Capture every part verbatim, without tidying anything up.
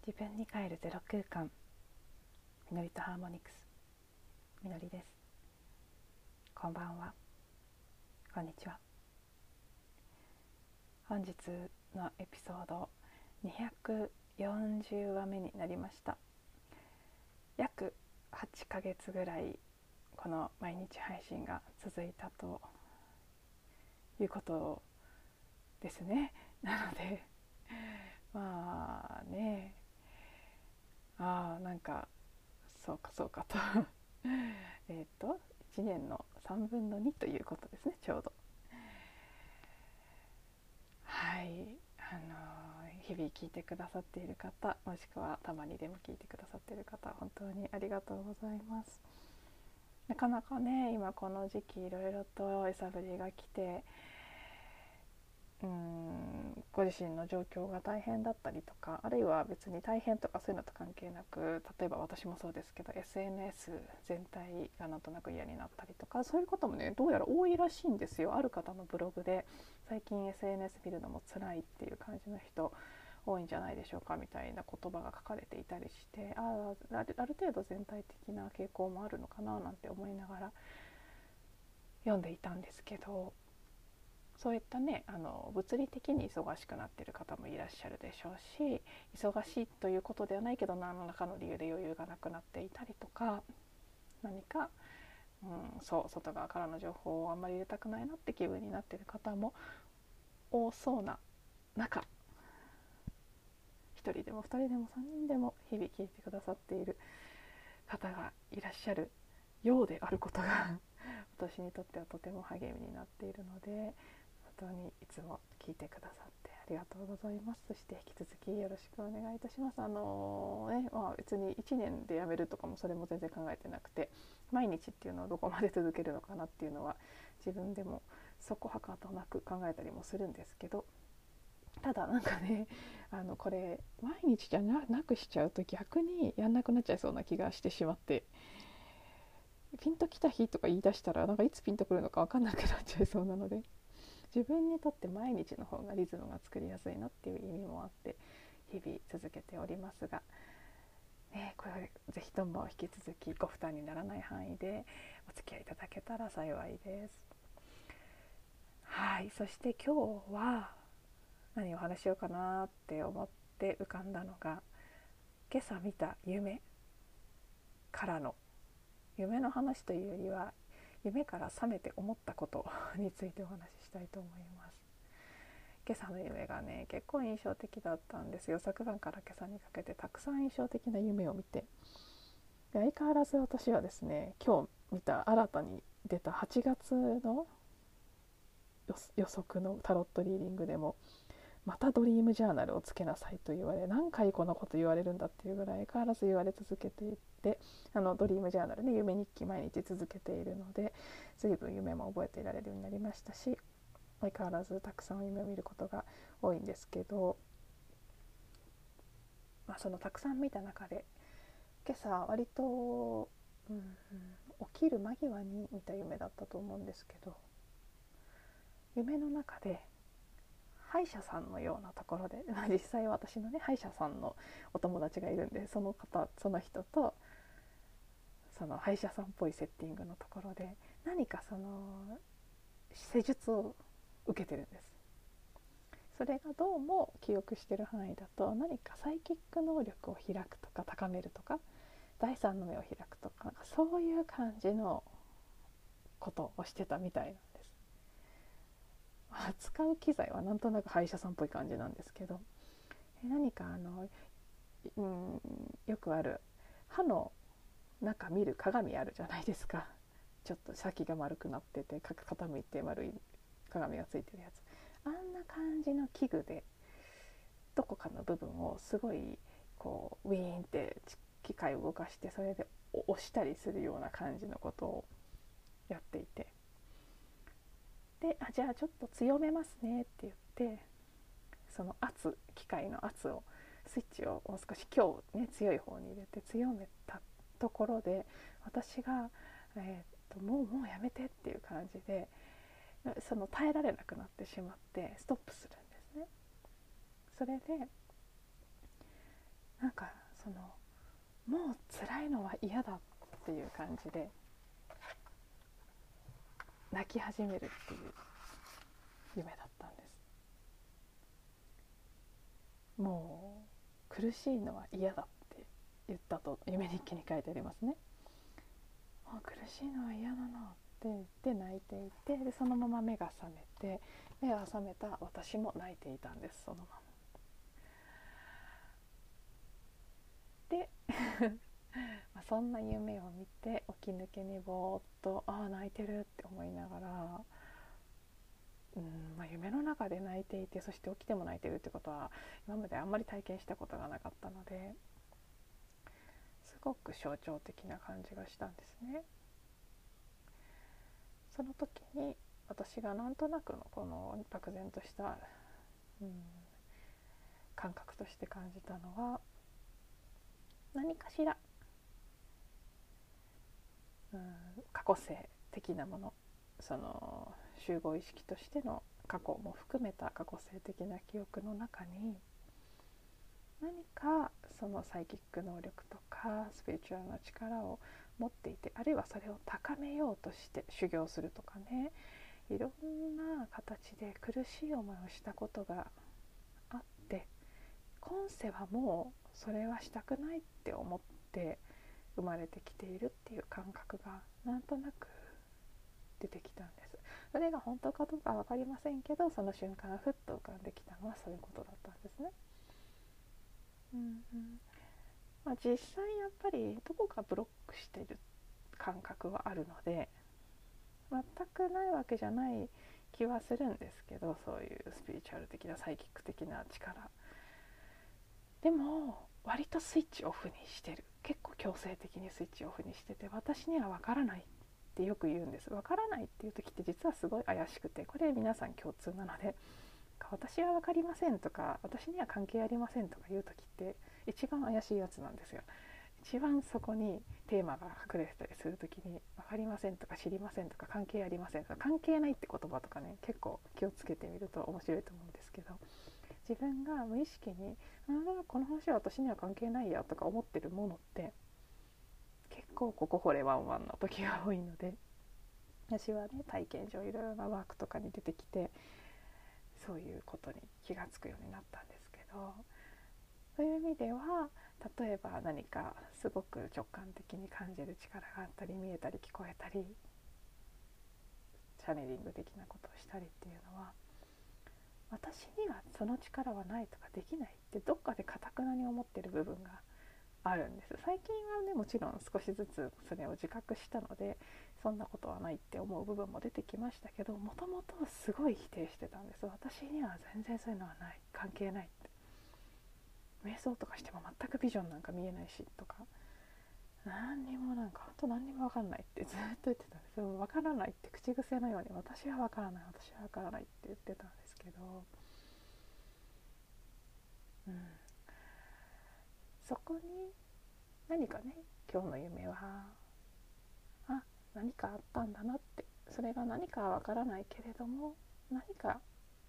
自分に帰るゼロ空間、みのりとハーモニクス、みのりです。こんばんは、こんにちは。本日のエピソードにひゃくよんじゅうわめになりました。約はちかげつぐらいこの毎日配信が続いたということですね。なのでまあねああなんかそうかそうかとえっといちねんのさんぶんのにということですね、ちょうど。はい、あの日々聞いてくださっている方、もしくはたまにでも聞いてくださっている方、本当にありがとうございます。なかなかね、今この時期いろいろと揺さぶりが来て、うーんご自身の状況が大変だったりとか、あるいは別に大変とかそういうのと関係なく、例えば私もそうですけど エスエヌエス 全体がなんとなく嫌になったりとか、そういうこともねどうやら多いらしいんですよ。ある方のブログで最近 エスエヌエス 見るのも辛いっていう感じの人多いんじゃないでしょうかみたいな言葉が書かれていたりして、ああ、ある、ある程度全体的な傾向もあるのかななんて思いながら読んでいたんですけど、そういったね、あの物理的に忙しくなっている方もいらっしゃるでしょうし、忙しいということではないけど何らかの理由で余裕がなくなっていたりとか、何か、うん、そう外側からの情報をあんまり入れたくないなって気分になっている方も多そうな中、ひとりでもふたりでもさんにんでも日々聞いてくださっている方がいらっしゃるようであることが私にとってはとても励みになっているので、本当にいつも聞いてくださってありがとうございます。そして引き続きよろしくお願いいたします。あのーねまあ、別にいちねんで辞めるとかもそれも全然考えてなくて、毎日っていうのをどこまで続けるのかなっていうのは自分でもそこはかとなく考えたりもするんですけど、ただなんかね、あのこれ毎日じゃ な, なくしちゃうと逆にやんなくなっちゃいそうな気がしてしまって、ピンときた日とか言い出したらなんかいつピンとくるのか分かんなくなっちゃいそうなので、自分にとって毎日の方がリズムが作りやすいなっていう意味もあって日々続けておりますが、ね、これぜひとも引き続きご負担にならない範囲でお付き合いいただけたら幸いです。はい、そして今日は何をお話しようかなって思って浮かんだのが、今朝見た夢からの、夢の話というよりは夢から覚めて思ったことについてお話ししたいと思います。今朝の夢がね結構印象的だったんですよ。昨晩から今朝にかけてたくさん印象的な夢を見て、で相変わらず私はですね、今日見た新たに出たはちがつの予測のタロットリーディングでも、またドリームジャーナルをつけなさいと言われ、何回こんなこと言われるんだっていうぐらい変わらず言われ続けていて、あのドリームジャーナルね、夢日記毎日続けているので随分夢も覚えていられるようになりましたし、相変わらずたくさん夢を見ることが多いんですけど、まあ、そのたくさん見た中で今朝割と、うんうん、起きる間際に見た夢だったと思うんですけど、夢の中で歯医者さんのようなところで、実際私のね歯医者さんのお友達がいるんで、その方その人とその歯医者さんっぽいセッティングのところで何かその施術を受けてるんです。それがどうも記憶してる範囲だと、何かサイキック能力を開くとか高めるとか第三の目を開くとか、そういう感じのことをしてたみたいなんです。使う機材はなんとなく歯医者さんっぽい感じなんですけど、何かあの、うん、よくある歯の中見る鏡あるじゃないですか。ちょっと先が丸くなってて傾いて丸い鏡がついてるやつ、あんな感じの器具でどこかの部分をすごいこうウィーンって機械を動かして、それで押したりするような感じのことをやっていて、であじゃあちょっと強めますねって言って、その圧機械の圧をスイッチをもう少し今日ね強い方に入れて強めたところで、私が、えー、ともうもうやめてっていう感じで、その耐えられなくなってしまってストップするんですね。それでなんかそのもう辛いのは嫌だっていう感じで泣き始めるっていう夢だったんです。もう苦しいのは嫌だって言ったと夢日記に書いてありますね。もう苦しいのは嫌なのって言って泣いていて、でそのまま目が覚めて、目が覚めた私も泣いていたんです、そのままでまあそんな夢を見て起き抜けにぼーっとああ泣いてるって思いながら、うんまあ、夢の中で泣いていて、そして起きても泣いてるってことは今まであんまり体験したことがなかったので、すごく象徴的な感じがしたんですね。その時に私がなんとなくのこの漠然とした、うん、感覚として感じたのは、何かしら、うん、過去性的なもの、その集合意識としての過去も含めた過去性的な記憶の中に、何かそのサイキック能力とかスピリチュアルな力を持っていて、あるいはそれを高めようとして修行するとかね、いろんな形で苦しい思いをしたことがあって、今世はもうそれはしたくないって思って生まれてきているっていう感覚がなんとなく出てきたんです。それが本当かどうかは分かりませんけど、その瞬間ふっと浮かんできたのはそういうことだったんですね。うんうんまあ、実際やっぱりどこかブロックしている感覚はあるので、全くないわけじゃない気はするんですけど、そういうスピリチュアル的なサイキック的な力でも割とスイッチオフにしてる、結構強制的にスイッチオフにしてて、私には分からないってよく言うんです。分からないっていう時って実はすごい怪しくて、これ皆さん共通なので、私は分かりませんとか私には関係ありませんとか言う時って一番怪しいやつなんですよ。一番そこにテーマが隠れてたりする時に、分かりませんとか知りませんとか関係ありませんとか、関係ないって言葉とかね、結構気をつけてみると面白いと思うんですけど、自分が無意識にあこの話は私には関係ないやとか思ってるものって結構ここ掘れワンワンの時が多いので、私はね体験上いろいろなワークとかに出てきてそういうことに気がつくようになったんですけど、そういう意味では例えば何かすごく直感的に感じる力があったり、見えたり聞こえたりチャネリング的なことをしたりっていうのは、私にはその力はないとかできないってどっかで堅くなに思ってる部分があるんです。最近はねもちろん少しずつそれを自覚したので、そんなことはないって思う部分も出てきましたけど、もともとすごい否定してたんです。私には全然そういうのはない、関係ないって、瞑想とかしても全くビジョンなんか見えないしとか、何にもなんかほんと何にも分かんないってずっと言ってたんです。分からないって口癖のように、私は分からない私は分からないって言ってたんですけど、うん、そこに何かね、今日の夢はあ何かあったんだなって、それが何かはわからないけれども、何か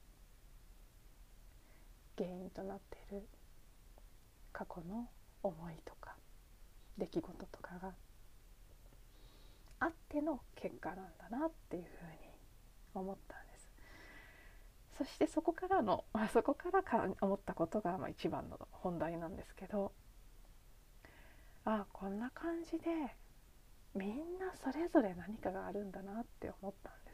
原因となっている過去の思いとか出来事とかがあっての結果なんだなっていうふうに思ったんです。そしてそこからの、まあ、そこからか思ったことがまあ一番の本題なんですけど、あこんな感じでみんなそれぞれ何かがあるんだなって思ったんです。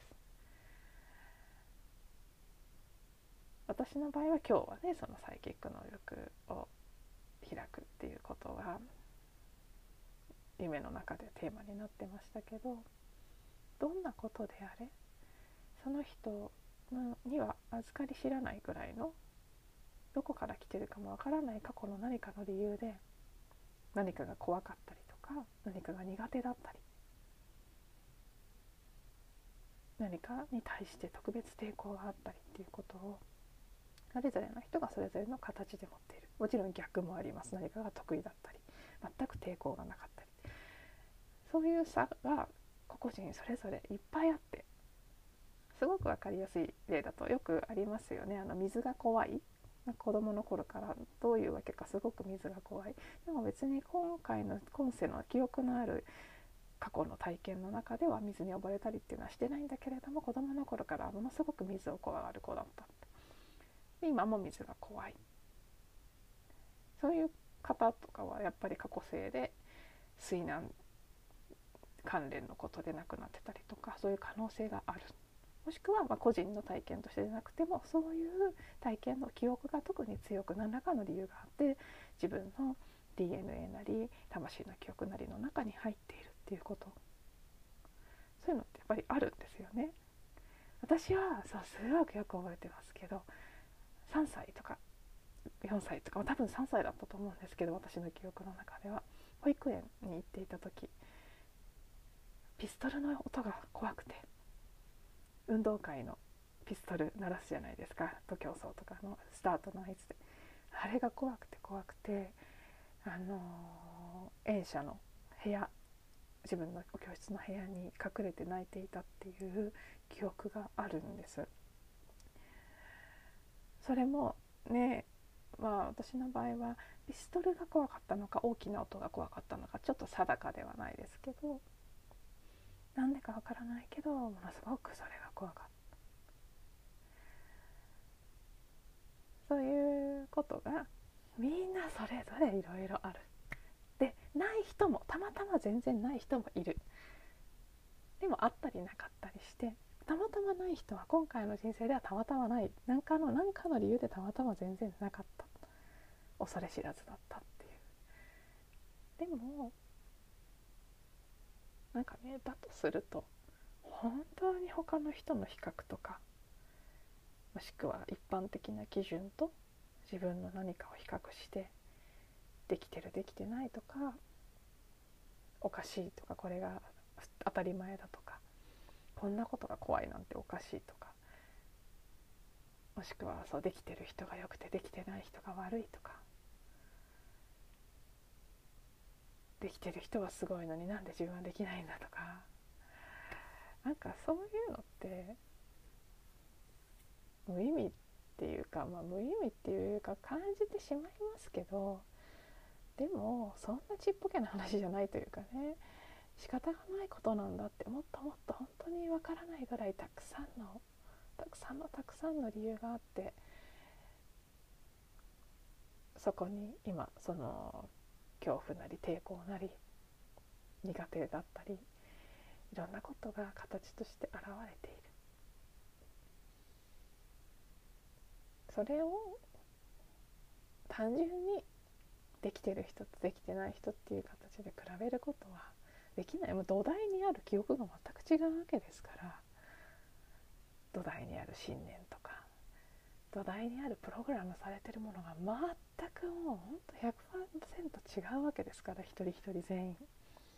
私の場合は今日はね、そのサイキック能力を開くっていうことが夢の中でテーマになってましたけど、どんなことであれその人には預かり知らないぐらいの、どこから来てるかもわからない過去の何かの理由で何かが怖かったりとか、何かが苦手だったり、何かに対して特別抵抗があったりっていうことを、それぞれの人がそれぞれの形で持っている。もちろん逆もあります。何かが得意だったり全く抵抗がなかったり、そういう差が個々人それぞれいっぱいあって、すごく分かりやすい例だとよくありますよね。あの水が怖い、 なんか子供の頃からどういうわけかすごく水が怖い。でも別に今回の今世の記憶のある過去の体験の中では水に溺れたりっていうのはしてないんだけれども、子供の頃からものすごく水を怖がる子だった。で今も水が怖い。そういう方とかはやっぱり過去世で水難関連のことで亡くなってたりとか、そういう可能性がある。もしくはまあ個人の体験としてじゃなくても、そういう体験の記憶が特に強く何らかの理由があって自分の ディーエヌエー なり魂の記憶なりの中に入っているっていうこと、そういうのってやっぱりあるんですよね。私はそうすごくよく覚えてますけど、さんさいとかよんさいとか、多分さんさいだったと思うんですけど、私の記憶の中では保育園に行っていた時、ピストルの音が怖くて、運動会のピストル鳴らすじゃないですか、徒競走とかのスタートの合図で、あれが怖くて怖くて、あのー、園舎の部屋、自分の教室の部屋に隠れて泣いていたっていう記憶があるんです。それもね、まあ私の場合はピストルが怖かったのか大きな音が怖かったのかちょっと定かではないですけど、なんでかわからないけどものすごくそれが怖かった。そういうことがみんなそれぞれいろいろある。で、ない人もたまたま全然ない人もいる。でもあったりなかったりして、たまたまない人は今回の人生ではたまたまない、何かの何かの理由でたまたま全然なかった、恐れ知らずだったっていう。でもなんかね、だとすると本当に他の人の比較とか、もしくは一般的な基準と自分の何かを比較してできてるできてないとか、おかしいとか、これが当たり前だとか、こんなことが怖いなんておかしいとか、もしくはそうできてる人が良くてできてない人が悪いとか、できてる人はすごいのになんで自分はできないんだとか、なんかそういうのって無意味っていうか、まあ無意味っていうか感じてしまいますけど、でもそんなちっぽけな話じゃないというかね、仕方がないことなんだって、もっともっと本当にわからないぐらいたくさんのたくさんのたくさんの理由があって、そこに今その恐怖なり抵抗なり苦手だったり、いろんなことが形として現れている。それを単純にできてる人とできてない人っていう形で比べることはできない。もう土台にある記憶が全く違うわけですから、土台にある信念とか土台にあるプログラムされてるものが全くもうほんと ひゃくパーセント 違うわけですから、一人一人全員。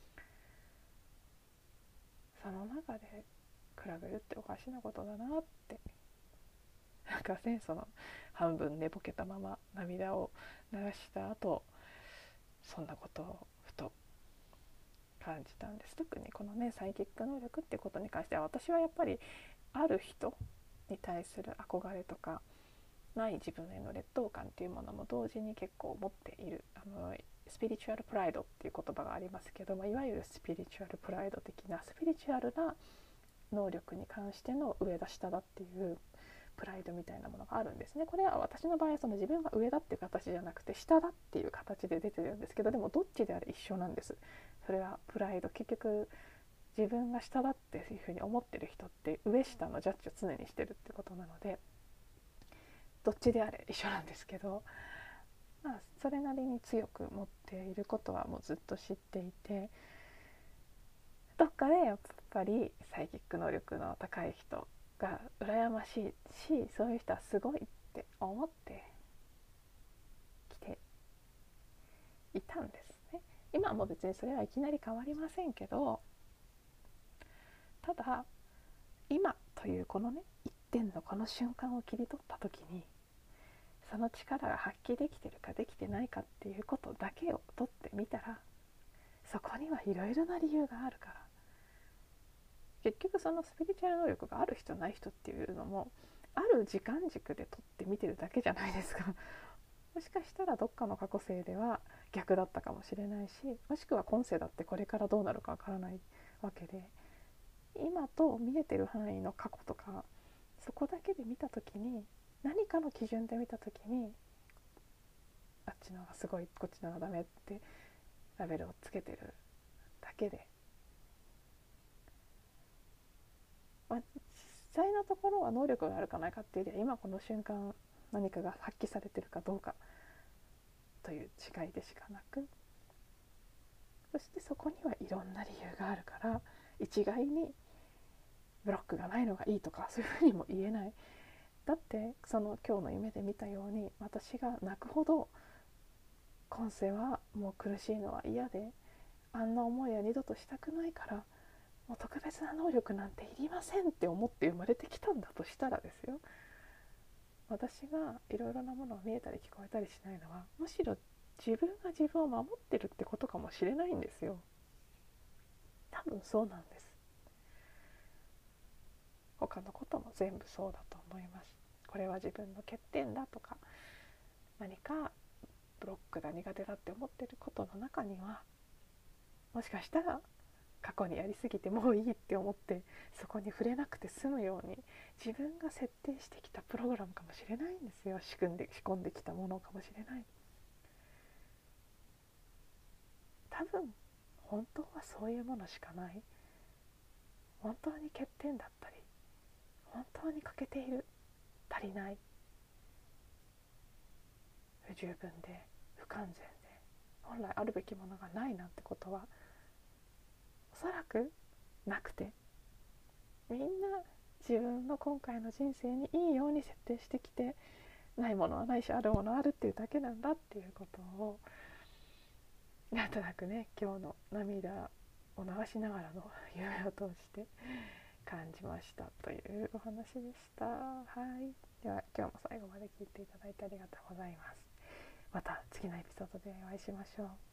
その中で比べるっておかしなことだなって、なんかね、その半分寝ぼけたまま涙を流した後、そんなことをふと感じたんです。特にこのね、サイキック能力ってことに関しては、私はやっぱりある人に対する憧れとか、ない自分への劣等感っていうものも同時に結構持っている。あのスピリチュアルプライドっていう言葉がありますけど、まあ、いわゆるスピリチュアルプライド的な、スピリチュアルな能力に関しての上だ下だっていうプライドみたいなものがあるんですね。これは私の場合はその自分が上だっていう形じゃなくて下だっていう形で出てるんですけど、でもどっちであれ一緒なんです。それはプライド、結局自分が下だっていうふうに思ってる人って上下のジャッジを常にしてるってことなので、どっちであれ一緒なんですけど、まあ、それなりに強く持っていることはもうずっと知っていて、どっかでやっぱりサイキック能力の高い人が羨ましいし、そういう人はすごいって思ってきていたんですね。今はもう別にそれはいきなり変わりませんけど、ただ今というこのね一点のこの瞬間を切り取った時に、その力が発揮できてるかできてないかっていうことだけを取ってみたら、そこにはいろいろな理由があるから、結局そのスピリチュアル能力がある人ない人っていうのもある時間軸で撮って見てるだけじゃないですか。もしかしたらどっかの過去世では逆だったかもしれないし、もしくは今世だってこれからどうなるかわからないわけで、今と見えてる範囲の過去とか、そこだけで見た時に、何かの基準で見た時にあっちの方がすごいこっちの方がダメってラベルをつけてるだけで、まあ、実際のところは能力があるかないかっていうよりは、今この瞬間何かが発揮されてるかどうかという違いでしかなく、そしてそこにはいろんな理由があるから、一概にブロックがないのがいいとかそういうふうにも言えない。だってその今日の夢で見たように、私が泣くほど今世はもう苦しいのは嫌で、あんな思いは二度としたくないから、もう特別な能力なんていりませんって思って生まれてきたんだとしたらですよ、私がいろいろなものを見えたり聞こえたりしないのは、むしろ自分が自分を守ってるってことかもしれないんですよ。多分そうなんです。他のことも全部そうだと思います。これは自分の欠点だとか、何かブロックが苦手だって思ってることの中には、もしかしたら過去にやりすぎてもういいって思ってそこに触れなくて済むように、自分が設定してきたプログラムかもしれないんですよ。仕組んで仕込んできたものかもしれない。多分本当はそういうものしかない。本当に欠点だったり、本当に欠けている、足りない、不十分で不完全で本来あるべきものがないなんてことはおそらくなくて、みんな自分の今回の人生にいいように設定してきて、ないものはないしあるものはあるっていうだけなんだっていうことを、なんとなくね、今日の涙を流しながらの夢を通して感じましたというお話でした。はい、では今日も最後まで聞いていただいてありがとうございます。また次のエピソードでお会いしましょう。